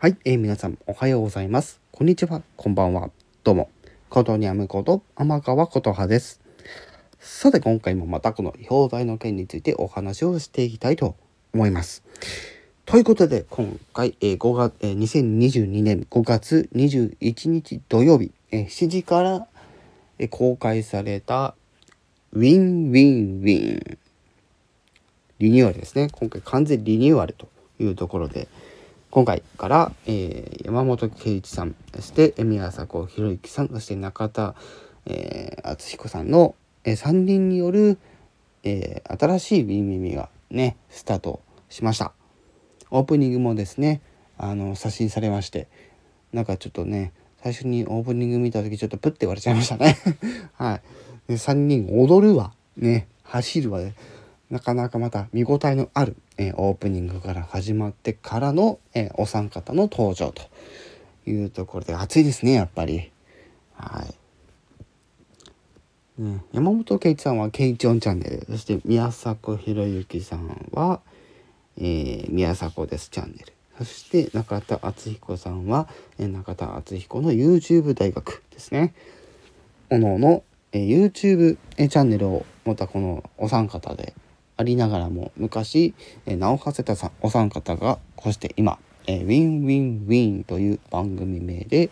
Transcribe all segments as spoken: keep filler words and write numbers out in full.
はい、えー、皆さんおはようございます。こんにちは、こんばんは。どうも、ことにゃむこと天川琴葉です。さて、今回もまたこの違法剤の件についてお話をしていきたいと思います。ということで、今回、えー、ごがつ、えー、にせんにじゅうにねんごがつにじゅういちにち土曜日、えー、しちじから、えー、公開されたウィンウィンウィンリニューアルですね。今回完全リニューアルというところで、今回から、えー、山本圭一さん、そして宮迫博之さん、そして中田、えー、敦彦さんの、えー、さんにんによる、えー、新しいビミミがねスタートしました。オープニングもですねあの刷新されまして、なんかちょっとね最初にオープニング見た時ちょっとプッて言われちゃいましたねはいでさんにん踊るわね走るわね、なかなかまた見応えのある、えー、オープニングから始まってからの、えー、お三方の登場というところで熱いですねやっぱり。はい、ね、山本圭一さんはケイチョンチャンネル、そして宮迫博之さんは、えー、宮迫ですチャンネル、そして中田敦彦さんは、えー、中田敦彦の YouTube 大学ですね。おのおの、えー、YouTube チャンネルをまたこのお三方でありながらも、昔、えー、名を馳せたさお三方がこうして今、えー、ウィンウィンウィンという番組名で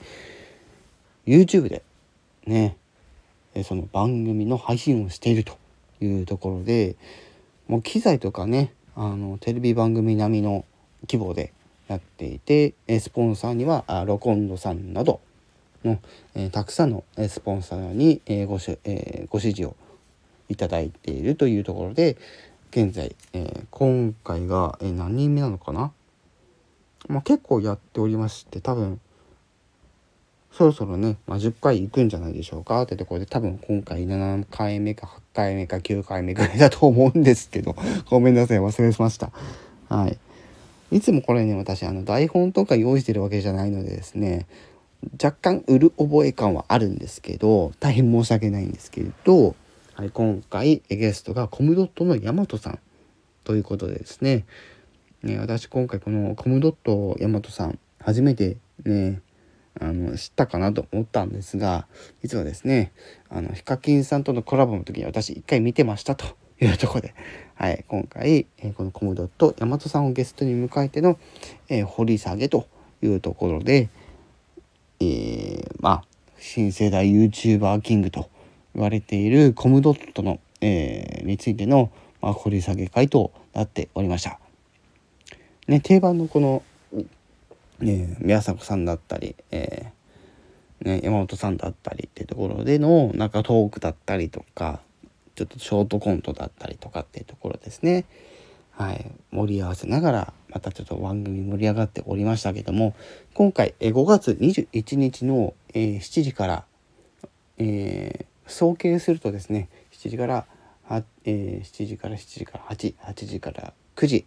YouTube でね、えー、その番組の配信をしているというところで、もう機材とかねあのテレビ番組並みの規模でやっていて、えー、スポンサーにはあロコンドさんなどの、えー、たくさんのスポンサーに、えー ご, し、えー、ご支持をいただいているというところで、現在、えー、今回が、えー、何人目なのかな、まあ、結構やっておりまして、多分そろそろね、まあ、じゅっかい行くんじゃないでしょうかってところで、多分今回ななかいめかはちかいめかきゅうかいめぐらいだと思うんですけどごめんなさい忘れました。はい、いつもこれね私あの台本とか用意してるわけじゃないのでですね、若干うる覚え感はあるんですけど、大変申し訳ないんですけれど、はい、今回ゲストがコムドットの大和さんということでですね、ね私今回このコムドット大和さん初めてねあの知ったかなと思ったんですが、実はですねあのヒカキンさんとのコラボの時に私一回見てましたというところで、はい、今回、えー、このコムドット大和さんをゲストに迎えての、えー、掘り下げというところで、えー、まあ新世代 YouTuber キングと言われているコムドットの、えー、についての、まあ、掘り下げ会となっておりました。ね、定番のこの、えー、宮迫さんだったり、えーね、山本さんだったりっていうところでのなんかトークだったりとか、ちょっとショートコントだったりとかっていうところですね。はい、盛り合わせながらまたちょっと番組盛り上がっておりましたけども、今回えごがつにじゅういちにちの、えー、しちじから、えー、総計するとですねしちじからは、えー、しちじからしちじからはち、はちじからくじ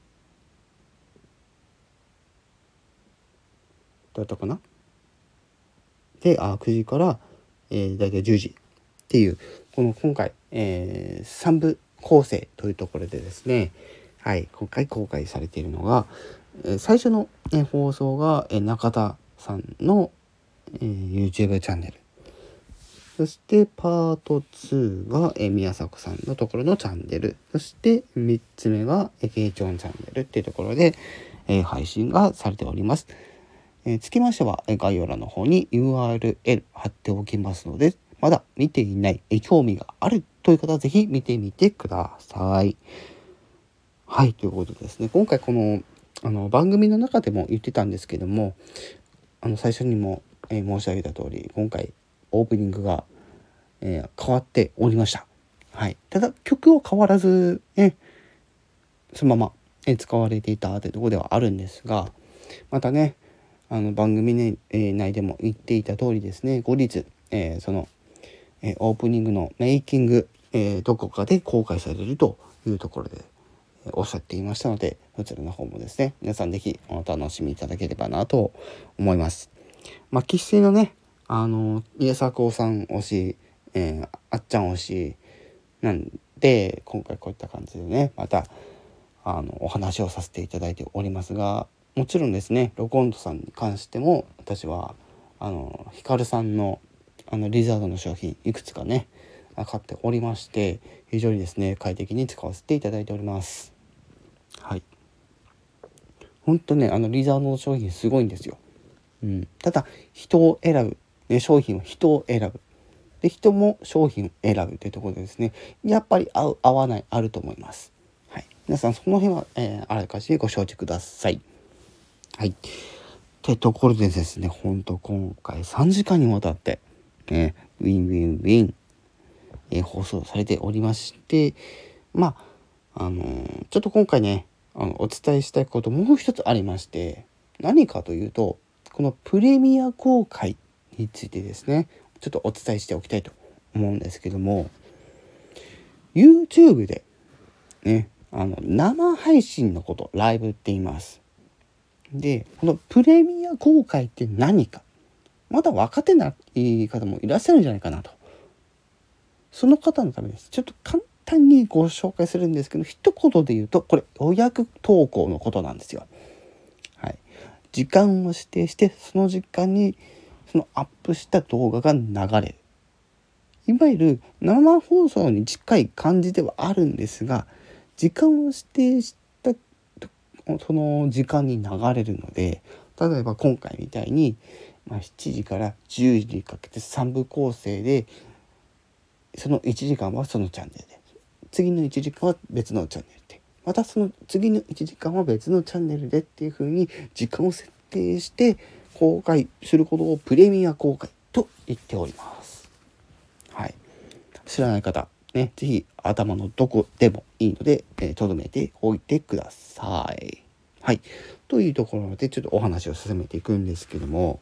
だったかな、であくじから、えー、だいたいじゅうじっていうこの今回、えー、さんぶ構成というところでですね、はい、今回公開されているのが、えー、最初の、えー、放送が、えー、中田さんの、えー、YouTube チャンネル、そしてパートツーが、えー、宮迫さんのところのチャンネル、そしてみっつめが、えー、ケイチョンチャンネルっていうところで、えー、配信がされております。えー、つきましては、えー、概要欄の方に ユーアールエル 貼っておきますので、まだ見ていない、えー、興味があるという方はぜひ見てみてください。はい、ということでですね、今回このあの番組の中でも言ってたんですけども、あの最初にも、えー、申し上げた通り、今回オープニングが、えー、変わっておりました。はい、ただ曲は変わらず、ね、そのまま、えー、使われていたというところではあるんですが、またねあの番組、ねえー、内でも言っていた通りですね、後日、えー、その、えー、オープニングのメイキング、えー、どこかで公開されるというところで、えー、おっしゃっていましたので、そちらの方もですね皆さんぜひお楽しみいただければなと思います。まあ生粋のねあの家迫さん推し、えー、あっちゃん推しなんで、今回こういった感じでねまたあのお話をさせていただいておりますが、 もちろんですね、ロコンドさんに関しても私はあのヒカルさんのあのリザードの商品いくつかね買っておりまして、非常にですね快適に使わせていただいております。はい、本当ねあのリザードの商品すごいんですよ。うん、ただ人を選ぶ、ね、商品は人を選ぶで、人も商品を選ぶというところでですね、やっぱり合う合わないあると思います。はい、皆さんその辺は、えー、あらかじめご承知ください。はい。ってところでですね、本当今回さんじかんにわたって、ね、ウィンウィンウィン、えー、放送されておりまして、まああのー、ちょっと今回ねあのお伝えしたいこともう一つありまして、何かというとこのプレミア公開についてですねちょっとお伝えしておきたいと思うんですけども、 YouTube でねあの生配信のことライブって言います。でこのプレミア公開って何かまだ分かってない方もいらっしゃるんじゃないかなと。その方のためです。ちょっと簡単にご紹介するんですけど、一言で言うとこれ予約投稿のことなんですよ。はい、時間を指定してその時間にそのアップした動画が流れる、いわゆる生放送に近い感じではあるんですが、時間を指定したその時間に流れるので、例えば今回みたいに、まあ、しちじからじゅうじにかけてさんぶ構成で、そのいちじかんはそのチャンネルで、次のいちじかんは別のチャンネルで、またその次のいちじかんは別のチャンネルでっていう風に時間を設定して公開することをプレミア公開と言っております。はい、知らない方ね、ぜひ頭のどこでもいいのでとど、えー、めておいてください。はい、というところでちょっとお話を進めていくんですけども、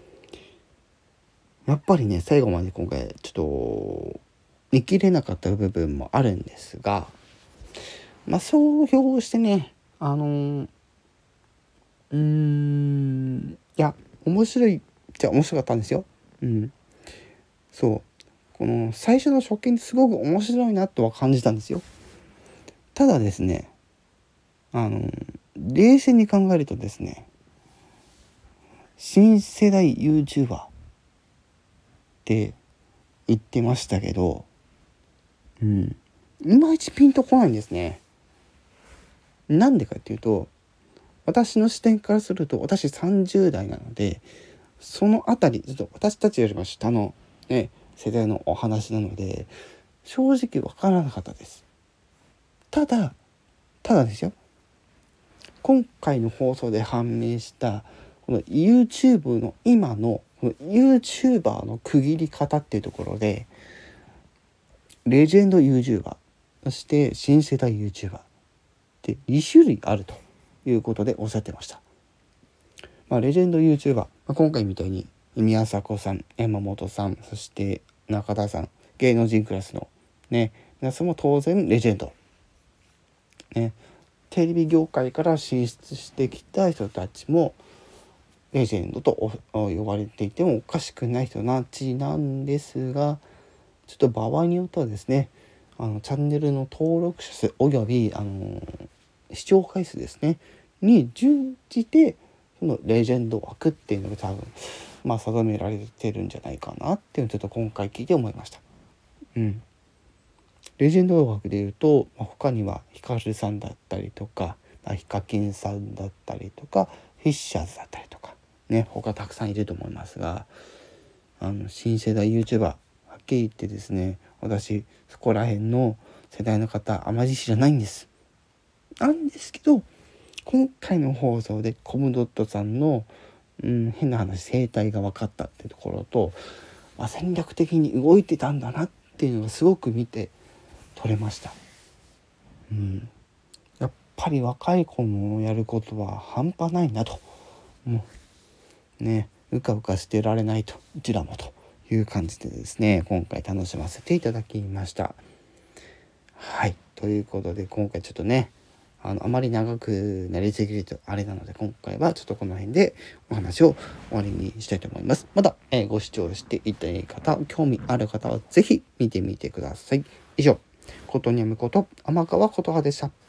やっぱりね最後まで今回ちょっと見切れなかった部分もあるんですが、まあ総評してねあのー、うーんいや面白いじゃ面白かったんですよ。うん、そうこの最初の初見ってすごく面白いなとは感じたんですよ。ただですねあの冷静に考えるとですね、新世代 YouTuber って言ってましたけど、うん、いまいちピンとこないんですね。なんでかっていうと、私の視点からすると私さんじゅう代なので、そのあたりちょっと私たちよりも下の、ね、世代のお話なので正直わからなかったです。ただただですよ、今回の放送で判明したこの YouTube の今のこの YouTuber の区切り方っていうところで、レジェンド YouTuber そして新世代 YouTuber ってに種類あるということでおっしゃってました。まあ、レジェンド YouTuber、まあ、今回みたいに宮迫さん、山本さん、そして中田さん、芸能人クラスのね皆さんも当然レジェンドね、テレビ業界から進出してきた人たちもレジェンドと呼ばれていてもおかしくない人たちなんですが、ちょっと場合によってはですね、あのチャンネルの登録者数およびあの視聴回数ですねに準じてそのレジェンド枠っていうのが多分まあ定められてるんじゃないかなっていうのをちょっと今回聞いて思いました。うん。レジェンド枠でいうと他にはヒカルさんだったりとかヒカキンさんだったりとかフィッシャーズだったりとかね他たくさんいると思いますが、あの新世代 YouTuber はっきり言ってですね、私そこら辺の世代の方あまり知らないんです。なんですけど今回の放送でコムドットさんの、うん、変な話生態が分かったってところと、まあ、戦略的に動いてたんだなっていうのがすごく見て取れました。うん、やっぱり若い子のやることは半端ないなと、もうねうかうかしてられないとうちらもという感じでですね今回楽しませていただきました。はい、ということで今回ちょっとねあのあまり長くなりすぎるとあれなので今回はちょっとこの辺でお話を終わりにしたいと思います。また、えー、ご視聴していただいた方興味ある方はぜひ見てみてください。以上ことにゃむこと天川琴葉でした。